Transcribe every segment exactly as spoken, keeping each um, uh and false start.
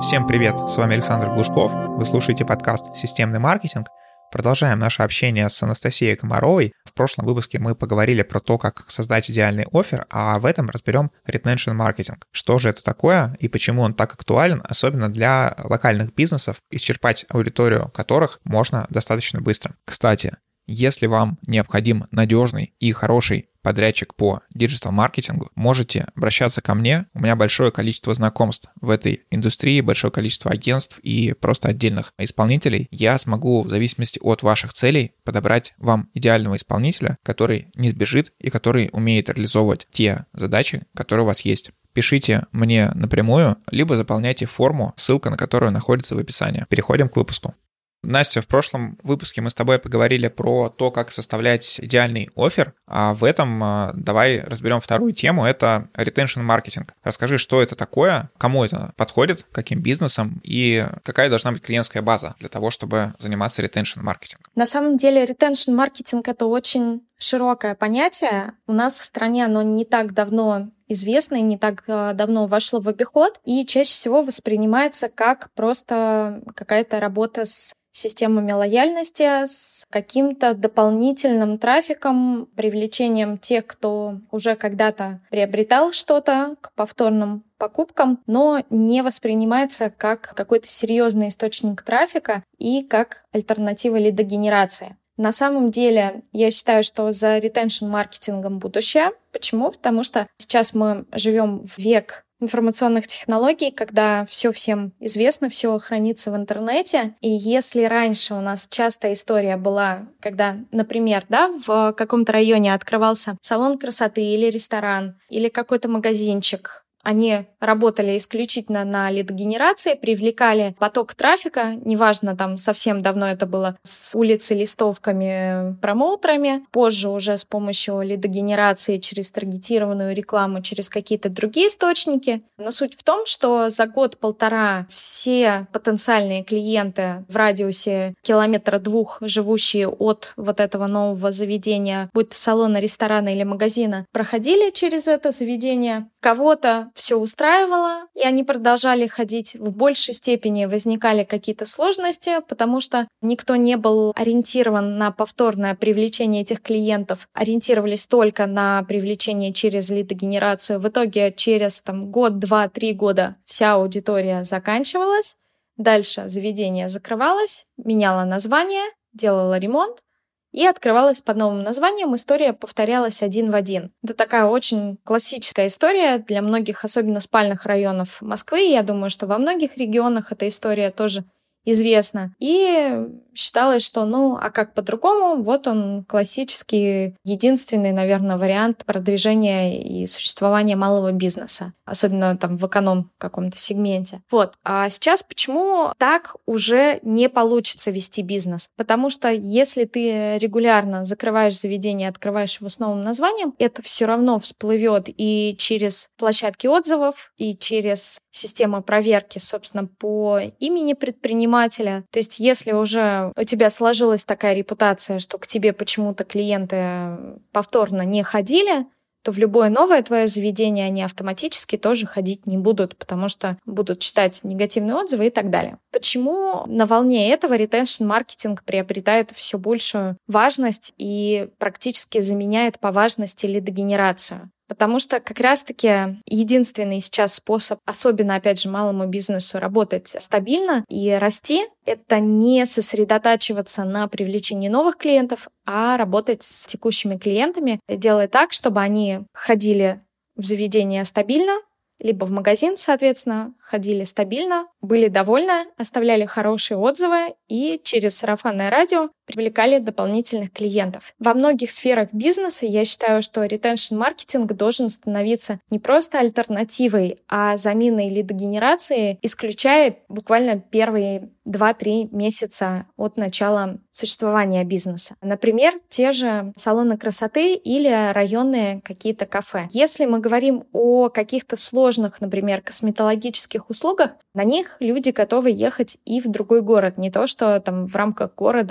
Всем привет, с вами Александр Глушков, вы слушаете подкаст «Системный маркетинг». Продолжаем наше общение с Анастасией Комаровой. В прошлом выпуске мы поговорили про то, как создать идеальный оффер, а в этом разберем retention маркетинг. Что же это такое и почему он так актуален, особенно для локальных бизнесов, исчерпать аудиторию которых можно достаточно быстро. Кстати, если вам необходим надежный и хороший подрядчик по диджитал-маркетингу, можете обращаться ко мне. У меня большое количество знакомств в этой индустрии, большое количество агентств и просто отдельных исполнителей. Я смогу в зависимости от ваших целей подобрать вам идеального исполнителя, который не сбежит и который умеет реализовывать те задачи, которые у вас есть. Пишите мне напрямую, либо заполняйте форму, ссылка на которую находится в описании. Переходим к выпуску. Настя, в прошлом выпуске мы с тобой поговорили про то, как составлять идеальный оффер, а в этом давай разберем вторую тему, это retention маркетинг. Расскажи, что это такое, кому это подходит, каким бизнесам и какая должна быть клиентская база для того, чтобы заниматься retention маркетингом. На самом деле retention маркетинг — это очень широкое понятие. У нас в стране оно не так давно известно и не так давно вошло в обиход, и чаще всего воспринимается как просто какая-то работа с системами лояльности, с каким-то дополнительным трафиком, привлечением тех, кто уже когда-то приобретал что-то, к повторным покупкам, но не воспринимается как какой-то серьезный источник трафика и как альтернатива лидогенерации. На самом деле, я считаю, что за ретеншн-маркетингом будущее. Почему? Потому что сейчас мы живем в век информационных технологий, когда все всем известно, все хранится в интернете. И если раньше у нас часто история была, когда, например, да, в каком-то районе открывался салон красоты или ресторан, или какой-то магазинчик, они работали исключительно на лидогенерации, привлекали поток трафика, неважно, там совсем давно это было с улицы листовками, промоутерами, позже уже с помощью лидогенерации через таргетированную рекламу, через какие-то другие источники. Но суть в том, что за год-полтора все потенциальные клиенты в радиусе километра-двух, живущие от вот этого нового заведения, будь то салона, ресторана или магазина, проходили через это заведение. Кого-то все устраивало, и они продолжали ходить. В большей степени возникали какие-то сложности, потому что никто не был ориентирован на повторное привлечение этих клиентов, ориентировались только на привлечение через лидогенерацию. В итоге через там, год, два, три года вся аудитория заканчивалась, дальше заведение закрывалось, меняло название, делало ремонт, и открывалась под новым названием, история повторялась один в один. Это такая очень классическая история для многих, особенно спальных районов Москвы. Я думаю, что во многих регионах эта история тоже известна. И считалось, что ну, а как по-другому? Вот он классический, единственный, наверное, вариант продвижения и существования малого бизнеса, особенно там в эконом каком-то сегменте. Вот. А сейчас почему так уже не получится вести бизнес? Потому что если ты регулярно закрываешь заведение, открываешь его с новым названием, это все равно всплывет и через площадки отзывов, и через систему проверки, собственно, по имени предпринимателя. То есть если уже у тебя сложилась такая репутация, что к тебе почему-то клиенты повторно не ходили, то в любое новое твое заведение они автоматически тоже ходить не будут, потому что будут читать негативные отзывы и так далее. Почему на волне этого ретеншн-маркетинг приобретает все большую важность и практически заменяет по важности лидогенерацию? Потому что как раз-таки единственный сейчас способ, особенно, опять же, малому бизнесу, работать стабильно и расти, это не сосредотачиваться на привлечении новых клиентов, а работать с текущими клиентами, делая так, чтобы они ходили в заведение стабильно, либо в магазин, соответственно, ходили стабильно, были довольны, оставляли хорошие отзывы и через сарафанное радио привлекали дополнительных клиентов. Во многих сферах бизнеса я считаю, что ретеншн-маркетинг должен становиться не просто альтернативой, а заменой лидогенерации, исключая буквально первые два-три месяца от начала существования бизнеса. Например, те же салоны красоты или районные какие-то кафе. Если мы говорим о каких-то сложных, например, косметологических услугах, на них люди готовы ехать и в другой город. Не то, что там в рамках города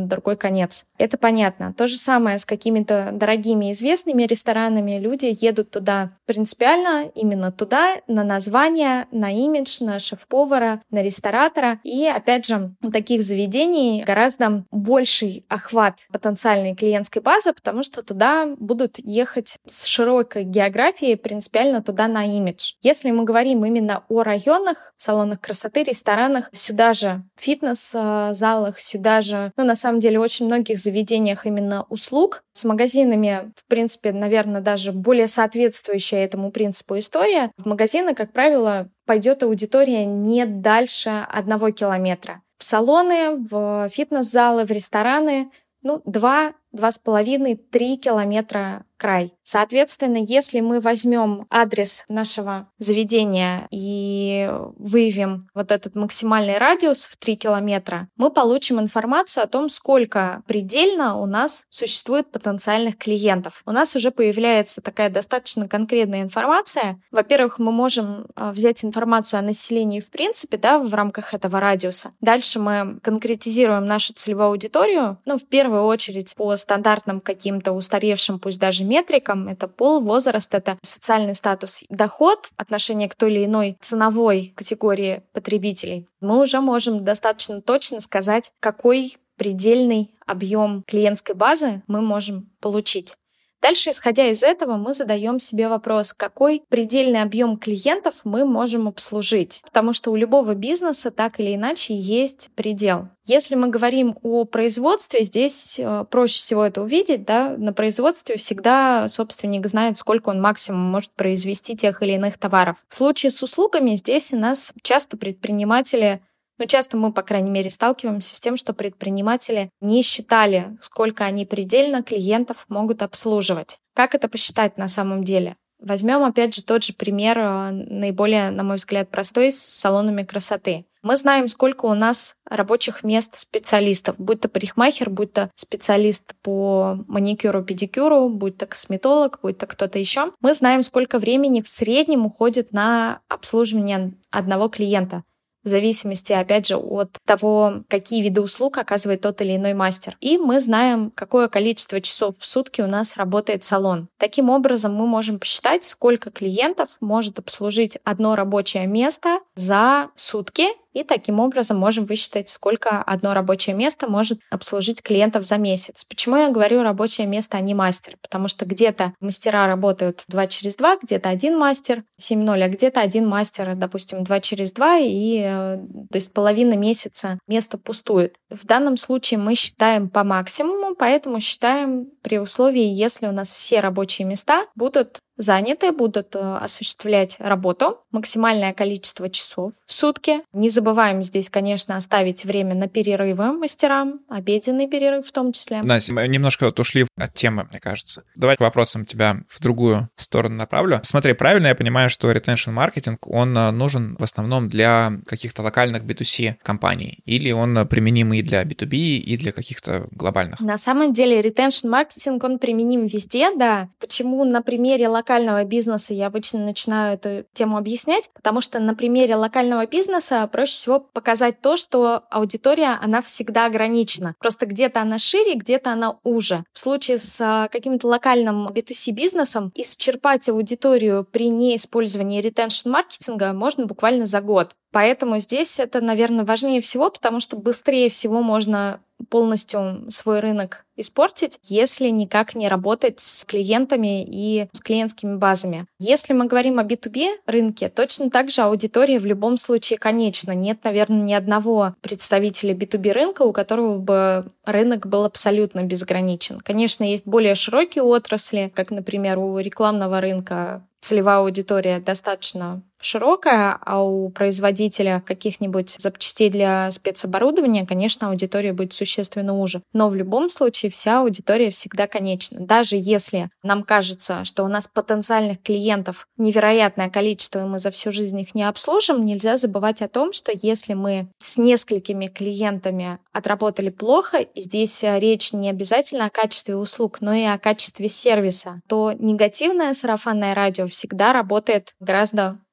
на другой конец. Это понятно. То же самое с какими-то дорогими известными ресторанами. Люди едут туда принципиально именно туда, на название, на имидж, на шеф-повара, на ресторатора. И, опять же, у таких заведений гораздо больший охват потенциальной клиентской базы, потому что туда будут ехать с широкой географией, принципиально туда на имидж. Если мы говорим именно о районах, салонах красоты, ресторанах, сюда же фитнес-залах, сюда же, ну, на самом деле, очень многих заведениях именно услуг с магазинами, в принципе, наверное, даже более соответствующая этому принципу история. В магазины, как правило, пойдет аудитория не дальше одного километра. В салоны, в фитнес-залы, в рестораны, ну, два, два с половиной, три километра край. Соответственно, если мы возьмем адрес нашего заведения и выявим вот этот максимальный радиус в три километра, мы получим информацию о том, сколько предельно у нас существует потенциальных клиентов. У нас уже появляется такая достаточно конкретная информация. Во-первых, мы можем взять информацию о населении в принципе, да, в рамках этого радиуса. Дальше мы конкретизируем нашу целевую аудиторию, ну, в первую очередь по стандартным каким-то устаревшим, пусть даже метрикам, это пол, возраст, это социальный статус, доход, отношение к той или иной ценовой категории потребителей. Мы уже можем достаточно точно сказать, какой предельный объем клиентской базы мы можем получить. Дальше, исходя из этого, мы задаем себе вопрос, какой предельный объем клиентов мы можем обслужить. Потому что у любого бизнеса так или иначе есть предел. Если мы говорим о производстве, здесь проще всего это увидеть. Да? На производстве всегда собственник знает, сколько он максимум может произвести тех или иных товаров. В случае с услугами здесь у нас часто предприниматели Но часто мы, по крайней мере, сталкиваемся с тем, что предприниматели не считали, сколько они предельно клиентов могут обслуживать. Как это посчитать на самом деле? Возьмем, опять же, тот же пример, наиболее, на мой взгляд, простой, с салонами красоты. Мы знаем, сколько у нас рабочих мест специалистов, будь то парикмахер, будь то специалист по маникюру, педикюру, будь то косметолог, будь то кто-то еще. Мы знаем, сколько времени в среднем уходит на обслуживание одного клиента, в зависимости, опять же, от того, какие виды услуг оказывает тот или иной мастер. И мы знаем, какое количество часов в сутки у нас работает салон. Таким образом, мы можем посчитать, сколько клиентов может обслужить одно рабочее место за сутки, и таким образом можем высчитать, сколько одно рабочее место может обслужить клиентов за месяц. Почему я говорю рабочее место, а не мастер? Потому что где-то мастера работают два через два, где-то один мастер семь ноль, а где-то один мастер, допустим, два через два, и то есть половина месяца место пустует. В данном случае мы считаем по максимуму, поэтому считаем при условии, если у нас все рабочие места будут заняты, будут осуществлять работу, максимальное количество часов в сутки. Не забываем здесь, конечно, оставить время на перерывы мастерам, обеденный перерыв в том числе. Настя, мы немножко вот ушли от темы, мне кажется. Давай к вопросам тебя в другую сторону направлю. Смотри, правильно я понимаю, что ретеншн-маркетинг, он нужен в основном для каких-то локальных би ту си компаний, или он применим и для би ту би, и для каких-то глобальных? На самом деле ретеншн-маркетинг, он применим везде, да. Почему на примере локального локального бизнеса я обычно начинаю эту тему объяснять, потому что на примере локального бизнеса проще всего показать то, что аудитория, она всегда ограничена. Просто где-то она шире, где-то она уже. В случае с каким-то локальным би ту си бизнесом исчерпать аудиторию при неиспользовании ретеншн-маркетинга можно буквально за год. Поэтому здесь это, наверное, важнее всего, потому что быстрее всего можно полностью свой рынок испортить, если никак не работать с клиентами и с клиентскими базами. Если мы говорим о би ту би рынке, точно так же аудитория в любом случае конечна. Нет, наверное, ни одного представителя би ту би рынка, у которого бы рынок был абсолютно безграничен. Конечно, есть более широкие отрасли, как, например, у рекламного рынка целевая аудитория достаточно широкая, а у производителя каких-нибудь запчастей для спецоборудования, конечно, аудитория будет существенно уже. Но в любом случае вся аудитория всегда конечна. Даже если нам кажется, что у нас потенциальных клиентов невероятное количество, и мы за всю жизнь их не обслужим, нельзя забывать о том, что если мы с несколькими клиентами отработали плохо, и здесь речь не обязательно о качестве услуг, но и о качестве сервиса, то негативное сарафанное радио всегда работает гораздо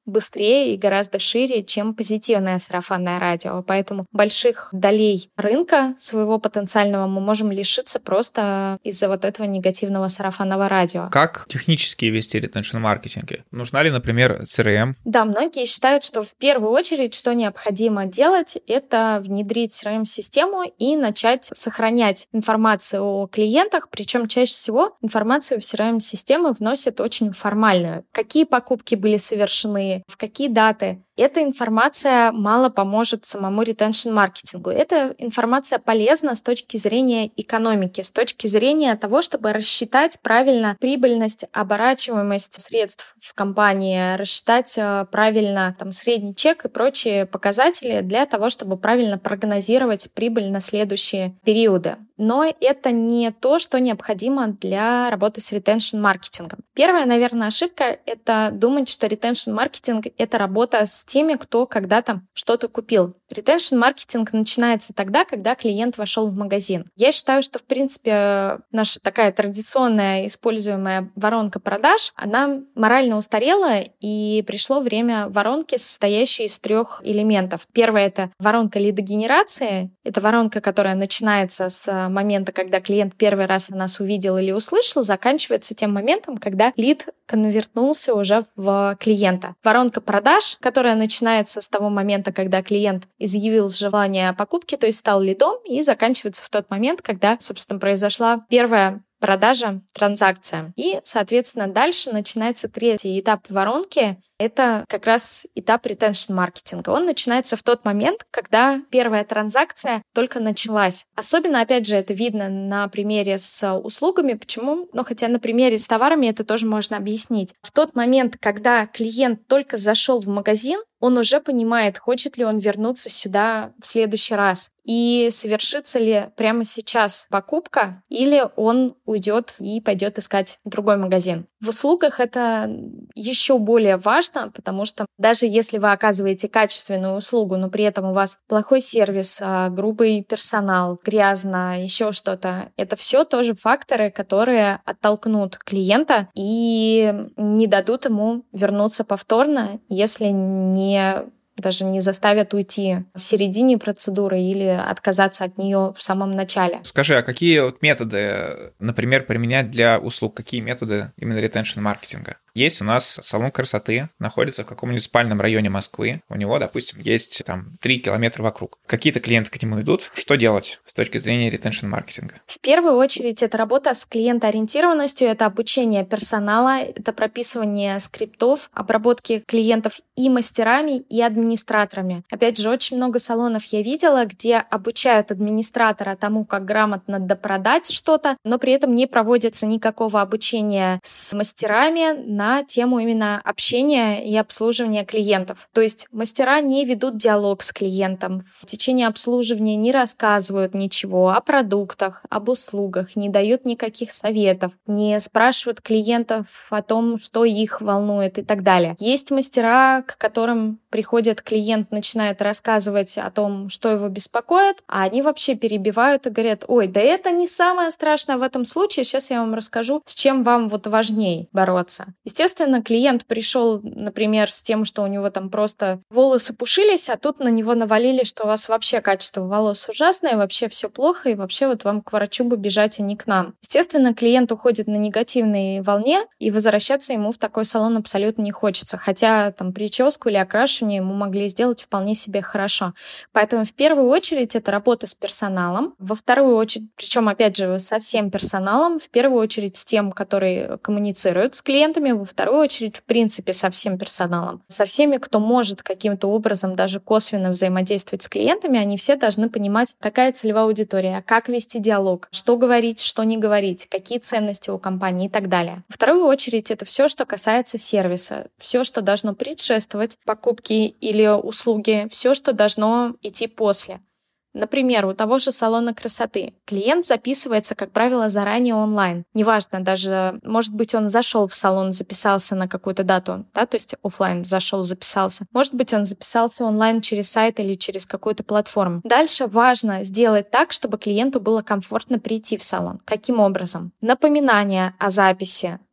быстрее и гораздо шире, чем позитивное сарафанное радио. Поэтому больших долей рынка своего потенциального мы можем лишиться просто из-за вот этого негативного сарафанного радио. Как технически вести ретеншн-маркетинг? Нужна ли, например, си ар эм? Да, многие считают, что в первую очередь, что необходимо делать, это внедрить си ар эм-систему и начать сохранять информацию о клиентах, причем чаще всего информацию в си ар эм-системы вносят очень формальную. Какие покупки были совершены, в какие даты. Эта информация мало поможет самому ретеншн-маркетингу. Эта информация полезна с точки зрения экономики, с точки зрения того, чтобы рассчитать правильно прибыльность, оборачиваемость средств в компании, рассчитать правильно там, средний чек и прочие показатели для того, чтобы правильно прогнозировать прибыль на следующие периоды. Но это не то, что необходимо для работы с ретеншн-маркетингом. Первая, наверное, ошибка — это думать, что ретеншн-маркетинг — это работа с теми, кто когда-то что-то купил. Ретеншн-маркетинг начинается тогда, когда клиент вошел в магазин. Я считаю, что, в принципе, наша такая традиционная используемая воронка продаж, она морально устарела, и пришло время воронки, состоящей из трех элементов. Первое — это воронка лидогенерации. Это воронка, которая начинается с момента, когда клиент первый раз о нас увидел или услышал, заканчивается тем моментом, когда лид конвертнулся уже в клиента. Воронка продаж, которая начинается с того момента, когда клиент изъявил желание покупки, то есть стал лидом, и заканчивается в тот момент, когда, собственно, произошла первая продажа, транзакция. И, соответственно, дальше начинается третий этап воронки. Это как раз этап ретеншн-маркетинга. Он начинается в тот момент, когда первая транзакция только началась. Особенно, опять же, это видно на примере с услугами. Почему? Ну, хотя на примере с товарами это тоже можно объяснить. В тот момент, когда клиент только зашел в магазин, он уже понимает, хочет ли он вернуться сюда в следующий раз. И совершится ли прямо сейчас покупка, или он уйдет и пойдет искать другой магазин. В услугах это еще более важно, потому что даже если вы оказываете качественную услугу, но при этом у вас плохой сервис, грубый персонал, грязно, еще что-то, это все тоже факторы, которые оттолкнут клиента и не дадут ему вернуться повторно, если не даже не заставят уйти в середине процедуры или отказаться от нее в самом начале. Скажи, а какие вот методы, например, применять для услуг? Какие методы именно ретеншн-маркетинга? Есть у нас салон красоты, находится в каком-нибудь спальном районе Москвы. У него, допустим, есть там три километра вокруг. Какие-то клиенты к нему идут. Что делать с точки зрения ретеншн-маркетинга? В первую очередь это работа с клиентоориентированностью, это обучение персонала, это прописывание скриптов, обработки клиентов и мастерами, и администраторами. Опять же, очень много салонов я видела, где обучают администратора тому, как грамотно допродать что-то, но при этом не проводится никакого обучения с мастерами на на тему именно общения и обслуживания клиентов. То есть мастера не ведут диалог с клиентом, в течение обслуживания не рассказывают ничего о продуктах, об услугах, не дают никаких советов, не спрашивают клиентов о том, что их волнует и так далее. Есть мастера, к которым приходит клиент, начинает рассказывать о том, что его беспокоит, а они вообще перебивают и говорят: ой, да это не самое страшное в этом случае, сейчас я вам расскажу, с чем вам вот важнее бороться. Естественно, клиент пришел, например, с тем, что у него там просто волосы пушились, а тут на него навалили, что у вас вообще качество волос ужасное, вообще все плохо, и вообще вот вам к врачу бы бежать, а не к нам. Естественно, клиент уходит на негативной волне, и возвращаться ему в такой салон абсолютно не хочется, хотя там прическу или окрашивание ему могли сделать вполне себе хорошо. Поэтому в первую очередь это работа с персоналом, во вторую очередь, причем опять же со всем персоналом, в первую очередь с тем, который коммуницирует с клиентами, во вторую очередь, в принципе, со всем персоналом. Со всеми, кто может каким-то образом даже косвенно взаимодействовать с клиентами, они все должны понимать, какая целевая аудитория, как вести диалог, что говорить, что не говорить, какие ценности у компании и так далее. Во вторую очередь, это все, что касается сервиса, все, что должно предшествовать покупке или услуге, все, что должно идти после. Например, у того же салона красоты клиент записывается, как правило, заранее онлайн. Неважно, даже, может быть, он зашел в салон, записался на какую-то дату, да, то есть офлайн зашел, записался. Может быть, он записался онлайн через сайт или через какую-то платформу. Дальше важно сделать так, чтобы клиенту было комфортно прийти в салон. Каким образом? Напоминание о записи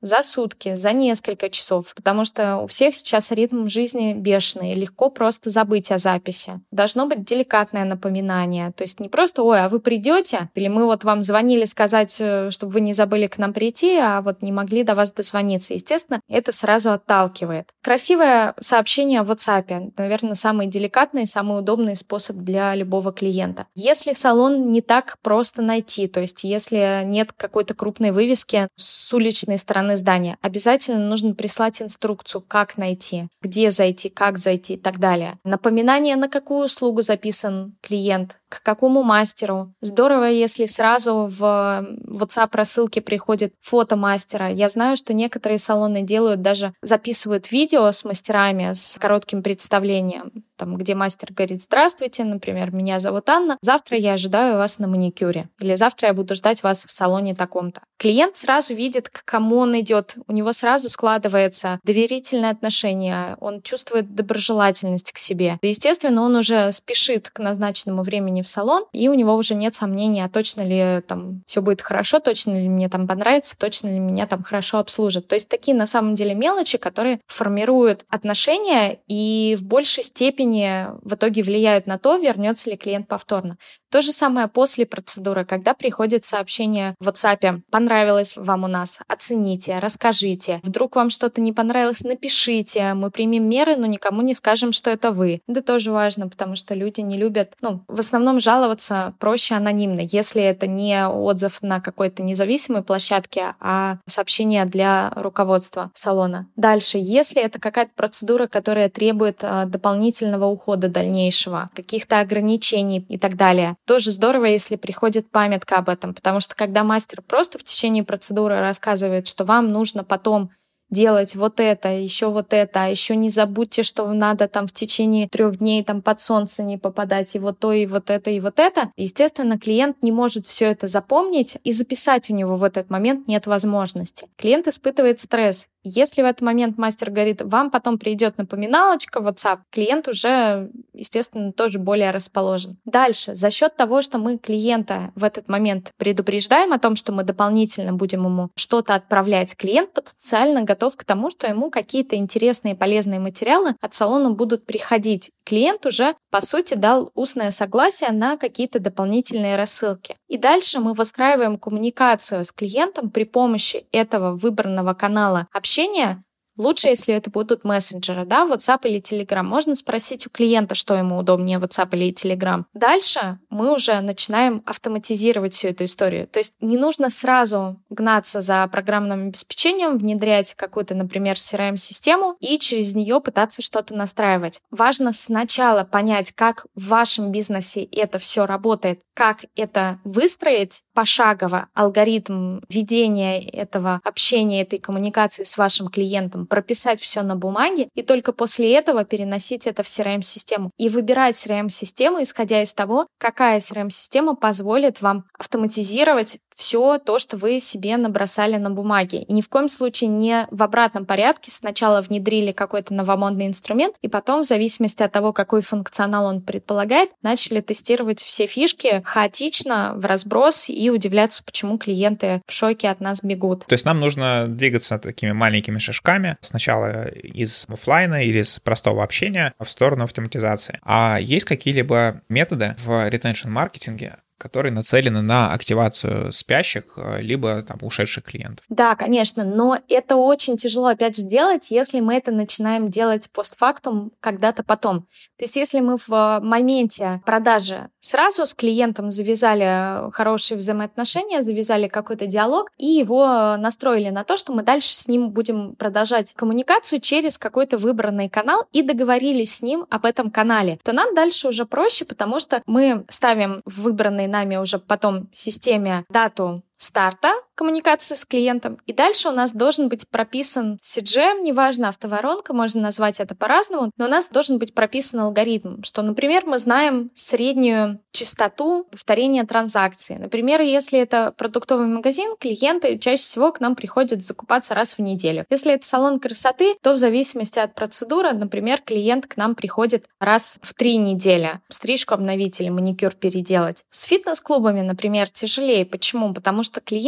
за сутки, за несколько часов, потому что у всех сейчас ритм жизни бешеный, легко просто забыть о записи. Должно быть деликатное напоминание, то есть не просто «Ой, а вы придете?» или «Мы вот вам звонили сказать, чтобы вы не забыли к нам прийти, а вот не могли до вас дозвониться». Естественно, это сразу отталкивает. Красивое сообщение в WhatsApp, наверное, самый деликатный, самый удобный способ для любого клиента. Если салон не так просто найти, то есть если нет какой-то крупной вывески с уличной стороны здания, обязательно нужно прислать инструкцию, как найти, где зайти, как зайти и так далее. Напоминание, на какую услугу записан клиент, к какому мастеру. Здорово, если сразу в WhatsApp-рассылке приходит фото мастера. Я знаю, что некоторые салоны делают, даже записывают видео с мастерами, с коротким представлением, там, где мастер говорит: «Здравствуйте, например, меня зовут Анна, завтра я ожидаю вас на маникюре», или «Завтра я буду ждать вас в салоне таком-то». Клиент сразу видит, к кому он идет, у него сразу складывается доверительное отношение, он чувствует доброжелательность к себе. И, естественно, он уже спешит к назначенному времени в салон, и у него уже нет сомнений, а точно ли там все будет хорошо, точно ли мне там понравится, точно ли меня там хорошо обслужат. То есть такие на самом деле мелочи, которые формируют отношения и в большей степени в итоге влияют на то, вернется ли клиент повторно. То же самое после процедуры, когда приходит сообщение в WhatsApp: «Понравилось вам у нас, оцените, расскажите. Вдруг вам что-то не понравилось, напишите, мы примем меры, но никому не скажем, что это вы». Это тоже важно, потому что люди не любят, ну, в основном жаловаться проще анонимно, если это не отзыв на какой-то независимой площадке, а сообщение для руководства салона. Дальше, если это какая-то процедура, которая требует а, дополнительного ухода дальнейшего, каких-то ограничений и так далее, тоже здорово, если приходит памятка об этом, потому что когда мастер просто в течение процедуры рассказывает, что вам нужно потом делать вот это, еще вот это, а еще не забудьте, что надо там в течение трех дней там под солнце не попадать, и вот то, и вот это, и вот это. Естественно, клиент не может все это запомнить, и записать у него в этот момент нет возможности. Клиент испытывает стресс. Если в этот момент мастер говорит: «Вам потом придет напоминалочка в WhatsApp», клиент уже, естественно, тоже более расположен. Дальше, за счет того, что мы клиента в этот момент предупреждаем о том, что мы дополнительно будем ему что-то отправлять, клиент потенциально готов к тому, что ему какие-то интересные и полезные материалы от салона будут приходить. Клиент уже, по сути, дал устное согласие на какие-то дополнительные рассылки. И дальше мы выстраиваем коммуникацию с клиентом при помощи этого выбранного канала общения. Лучше, если это будут мессенджеры, да, WhatsApp или Telegram. Можно спросить у клиента, что ему удобнее, WhatsApp или Telegram. Дальше мы уже начинаем автоматизировать всю эту историю. То есть не нужно сразу гнаться за программным обеспечением, внедрять какую-то, например, си ар эм-систему и через нее пытаться что-то настраивать. Важно сначала понять, как в вашем бизнесе это все работает, как это выстроить пошагово, алгоритм ведения этого общения, этой коммуникации с вашим клиентом, прописать все на бумаге и только после этого переносить это в си ар эм-систему и выбирать си ар эм-систему, исходя из того, какая си ар эм-система позволит вам автоматизировать все то, что вы себе набросали на бумаге. И ни в коем случае не в обратном порядке. Сначала внедрили какой-то новомодный инструмент, и потом, в зависимости от того, какой функционал он предполагает, начали тестировать все фишки хаотично, в разброс, и удивляться, почему клиенты в шоке от нас бегут. То есть нам нужно двигаться такими маленькими шажками, сначала из офлайна или из простого общения в сторону автоматизации. А есть какие-либо методы в ретеншн-маркетинге, которые нацелены на активацию спящих либо там ушедших клиентов? Да, конечно, но это очень тяжело, опять же, делать, если мы это начинаем делать постфактум когда-то потом. То есть если мы в моменте продажи сразу с клиентом завязали хорошие взаимоотношения, завязали какой-то диалог и его настроили на то, что мы дальше с ним будем продолжать коммуникацию через какой-то выбранный канал и договорились с ним об этом канале, то нам дальше уже проще, потому что мы ставим в выбранный нами уже потом системе дату старта коммуникации с клиентом, и дальше у нас должен быть прописан си джи эм, неважно, автоворонка, можно назвать это по-разному, но у нас должен быть прописан алгоритм, что, например, мы знаем среднюю частоту повторения транзакции. Например, если это продуктовый магазин, клиенты чаще всего к нам приходят закупаться раз в неделю. Если это салон красоты, то в зависимости от процедуры, например, клиент к нам приходит раз в три недели стрижку обновить или маникюр переделать. С фитнес-клубами, например, тяжелее. Почему? Потому что клиент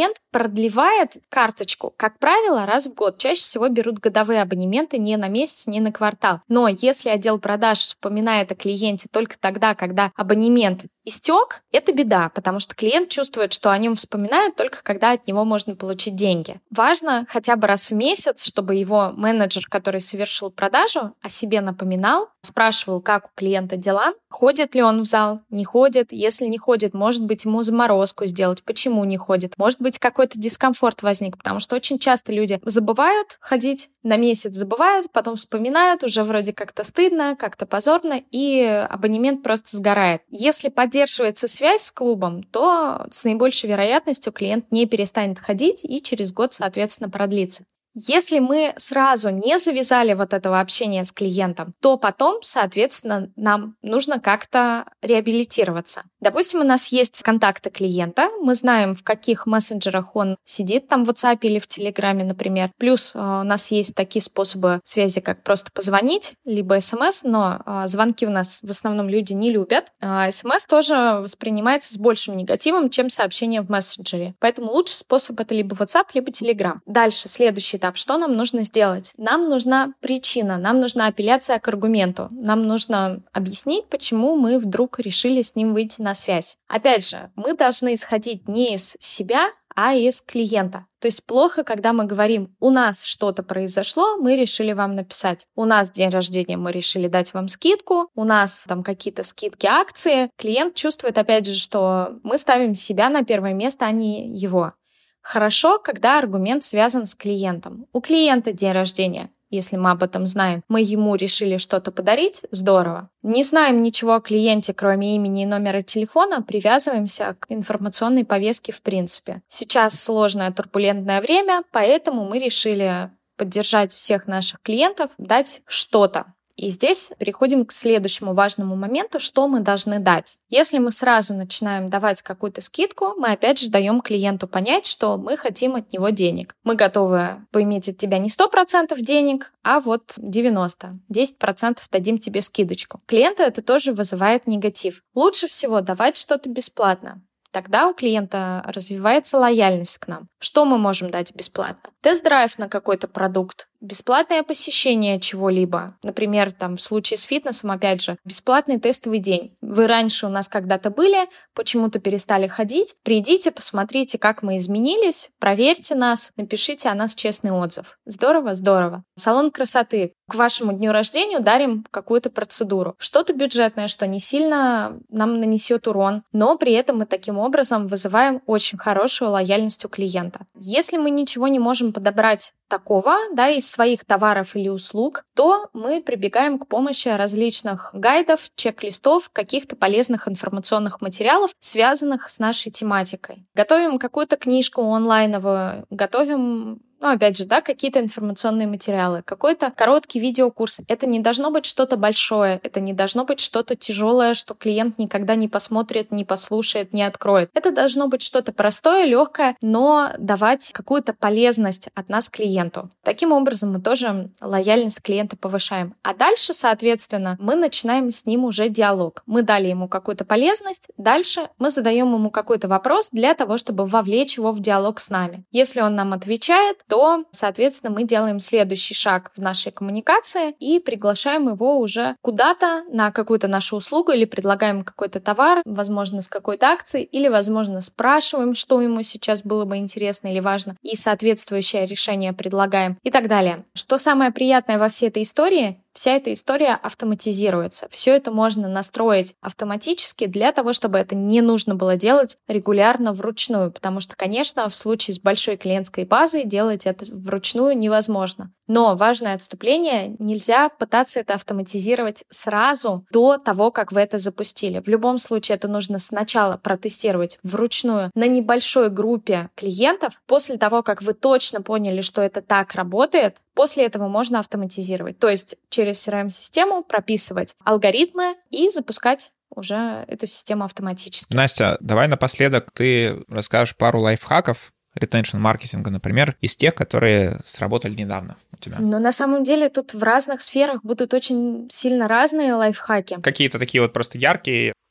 продлевает карточку, как правило, раз в год. Чаще всего берут годовые абонементы не на месяц, не на квартал. Но если отдел продаж вспоминает о клиенте только тогда, когда абонемент истек, это беда, потому что клиент чувствует, что о нем вспоминают только когда от него можно получить деньги. Важно хотя бы раз в месяц, чтобы его менеджер, который совершил продажу, о себе напоминал, спрашивал, как у клиента дела, ходит ли он в зал, не ходит. Если не ходит, может быть, ему заморозку сделать, почему не ходит. Может быть, какой-то дискомфорт возник, потому что очень часто люди забывают ходить, на месяц забывают, потом вспоминают, уже вроде как-то стыдно, как-то позорно, и абонемент просто сгорает. Если поддерживается связь с клубом, то с наибольшей вероятностью клиент не перестанет ходить и через год, соответственно, продлится. Если мы сразу не завязали вот этого общения с клиентом, то потом, соответственно, нам нужно как-то реабилитироваться. Допустим, у нас есть контакты клиента, мы знаем, в каких мессенджерах он сидит, там в WhatsApp или в Телеграме, например. Плюс у нас есть такие способы связи, как просто позвонить, либо СМС, но звонки у нас в основном люди не любят. А СМС тоже воспринимается с большим негативом, чем сообщение в мессенджере. Поэтому лучший способ — это либо WhatsApp, либо Telegram. Дальше, следующий этап. Что нам нужно сделать? Нам нужна причина, нам нужна апелляция к аргументу. Нам нужно объяснить, почему мы вдруг решили с ним выйти на связь. Опять же, мы должны исходить не из себя, а из клиента. То есть плохо, когда мы говорим, у нас что-то произошло, мы решили вам написать. У нас день рождения, мы решили дать вам скидку. У нас там какие-то скидки, акции. Клиент чувствует, опять же, что мы ставим себя на первое место, а не его. Хорошо, когда аргумент связан с клиентом. У клиента день рождения, если мы об этом знаем, мы ему решили что-то подарить, здорово. Не знаем ничего о клиенте, кроме имени и номера телефона, привязываемся к информационной повестке в принципе. Сейчас сложное турбулентное время, поэтому мы решили поддержать всех наших клиентов, дать что-то. И здесь переходим к следующему важному моменту, что мы должны дать. Если мы сразу начинаем давать какую-то скидку, мы опять же даем клиенту понять, что мы хотим от него денег. Мы готовы поиметь от тебя не сто процентов денег, а вот девяносто процентов. десять процентов дадим тебе скидочку. Клиента это тоже вызывает негатив. Лучше всего давать что-то бесплатно. Тогда у клиента развивается лояльность к нам. Что мы можем дать бесплатно? Тест-драйв на какой-то продукт, бесплатное посещение чего-либо. Например, там в случае с фитнесом, опять же, бесплатный тестовый день. Вы раньше у нас когда-то были, почему-то перестали ходить. Придите, посмотрите, как мы изменились, проверьте нас, напишите о нас честный отзыв. Здорово, здорово. Салон красоты. К вашему дню рождения дарим какую-то процедуру. Что-то бюджетное, что не сильно нам нанесет урон, но при этом мы таким образом вызываем очень хорошую лояльность у клиента. Если мы ничего не можем подобрать такого, да, из своих товаров или услуг, то мы прибегаем к помощи различных гайдов, чек-листов, каких-то полезных информационных материалов, связанных с нашей тематикой. Готовим какую-то книжку онлайновую, готовим, ну, опять же, да, какие-то информационные материалы, какой-то короткий видеокурс. Это не должно быть что-то большое, это не должно быть что-то тяжелое, что клиент никогда не посмотрит, не послушает, не откроет. Это должно быть что-то простое, легкое, но давать какую-то полезность от нас клиенту. Таким образом мы тоже лояльность клиента повышаем. А дальше, соответственно, мы начинаем с ним уже диалог. Мы дали ему какую-то полезность, дальше мы задаем ему какой-то вопрос для того, чтобы вовлечь его в диалог с нами. Если он нам отвечает, то, соответственно, мы делаем следующий шаг в нашей коммуникации и приглашаем его уже куда-то на какую-то нашу услугу или предлагаем какой-то товар, возможно, с какой-то акцией, или, возможно, спрашиваем, что ему сейчас было бы интересно или важно, и соответствующее решение предлагаем и так далее. Что самое приятное во всей этой истории? Вся эта история автоматизируется. Все это можно настроить автоматически для того, чтобы это не нужно было делать регулярно вручную, потому что, конечно, в случае с большой клиентской базой делать это вручную невозможно. Но важное отступление, нельзя пытаться это автоматизировать сразу до того, как вы это запустили. В любом случае это нужно сначала протестировать вручную на небольшой группе клиентов. После того, как вы точно поняли, что это так работает, после этого можно автоматизировать. То есть через си ар эм-систему прописывать алгоритмы и запускать уже эту систему автоматически. Настя, давай напоследок ты расскажешь пару лайфхаков ретеншн-маркетинга, например, из тех, которые сработали недавно у тебя. Но на самом деле тут в разных сферах будут очень сильно разные лайфхаки. Какие-то такие вот просто яркие,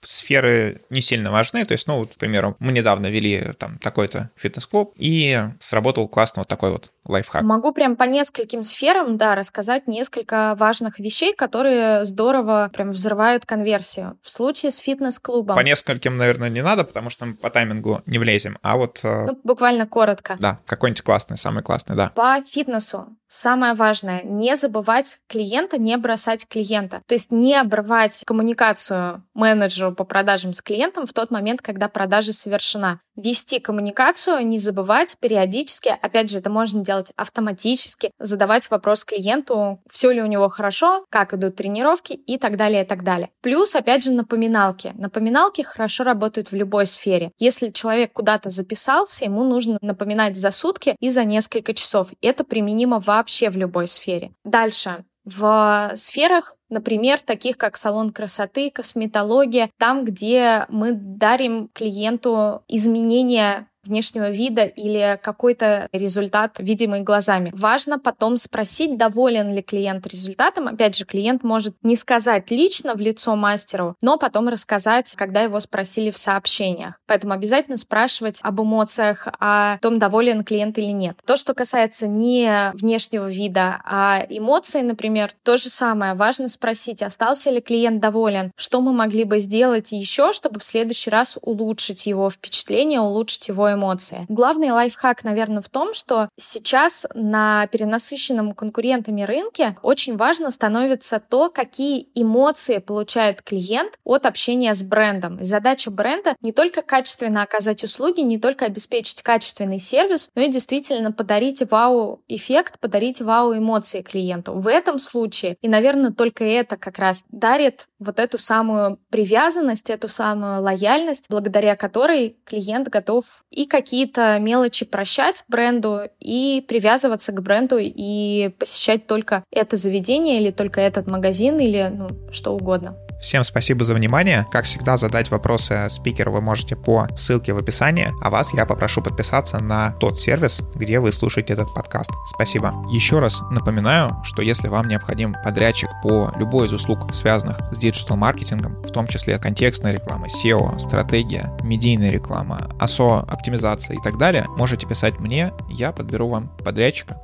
сферы не сильно важны. То есть, ну, вот, к примеру, мы недавно вели там такой-то фитнес-клуб, и сработал классно вот такой вот лайфхак. Могу прям по нескольким сферам, да, рассказать несколько важных вещей, которые здорово прям взрывают конверсию. В случае с фитнес-клубом. По нескольким, наверное, не надо, потому что мы по таймингу не влезем, а вот... Ну, буквально коротко. Да, какой-нибудь классный, самый классный, да. По фитнесу самое важное — не забывать клиента, не бросать клиента. То есть не обрывать коммуникацию менеджеру по продажам с клиентом в тот момент, когда продажа совершена. Вести коммуникацию, не забывать периодически, опять же, это можно делать автоматически, задавать вопрос клиенту, все ли у него хорошо, как идут тренировки и так далее, и так далее. Плюс, опять же, напоминалки. Напоминалки хорошо работают в любой сфере. Если человек куда-то записался, ему нужно напоминать за сутки и за несколько часов. Это применимо вообще в любой сфере. Дальше. В сферах, например, таких как салон красоты, косметология, там, где мы дарим клиенту изменения внешнего вида или какой-то результат, видимый глазами. Важно потом спросить, доволен ли клиент результатом. Опять же, клиент может не сказать лично в лицо мастеру, но потом рассказать, когда его спросили в сообщениях. Поэтому обязательно спрашивать об эмоциях, о том, доволен клиент или нет. То, что касается не внешнего вида, а эмоций, например, то же самое. Важно спросить, остался ли клиент доволен, что мы могли бы сделать еще, чтобы в следующий раз улучшить его впечатление, улучшить его эмоции. Главный лайфхак, наверное, в том, что сейчас на перенасыщенном конкурентами рынке очень важно становится то, какие эмоции получает клиент от общения с брендом. И задача бренда не только качественно оказать услуги, не только обеспечить качественный сервис, но и действительно подарить вау-эффект, подарить вау-эмоции клиенту. В этом случае, и, наверное, только это как раз дарит вот эту самую привязанность, эту самую лояльность, благодаря которой клиент готов и какие-то мелочи прощать бренду, и привязываться к бренду, и посещать только это заведение, или только этот магазин, или ну, что угодно. Всем спасибо за внимание. Как всегда, задать вопросы спикеру вы можете по ссылке в описании, а вас я попрошу подписаться на тот сервис, где вы слушаете этот подкаст. Спасибо. Еще раз напоминаю, что если вам необходим подрядчик по любой из услуг, связанных с диджитал-маркетингом, в том числе контекстная реклама, сео, стратегия, медийная реклама, эй эс о, оптимизация и так далее, можете писать мне, я подберу вам подрядчика.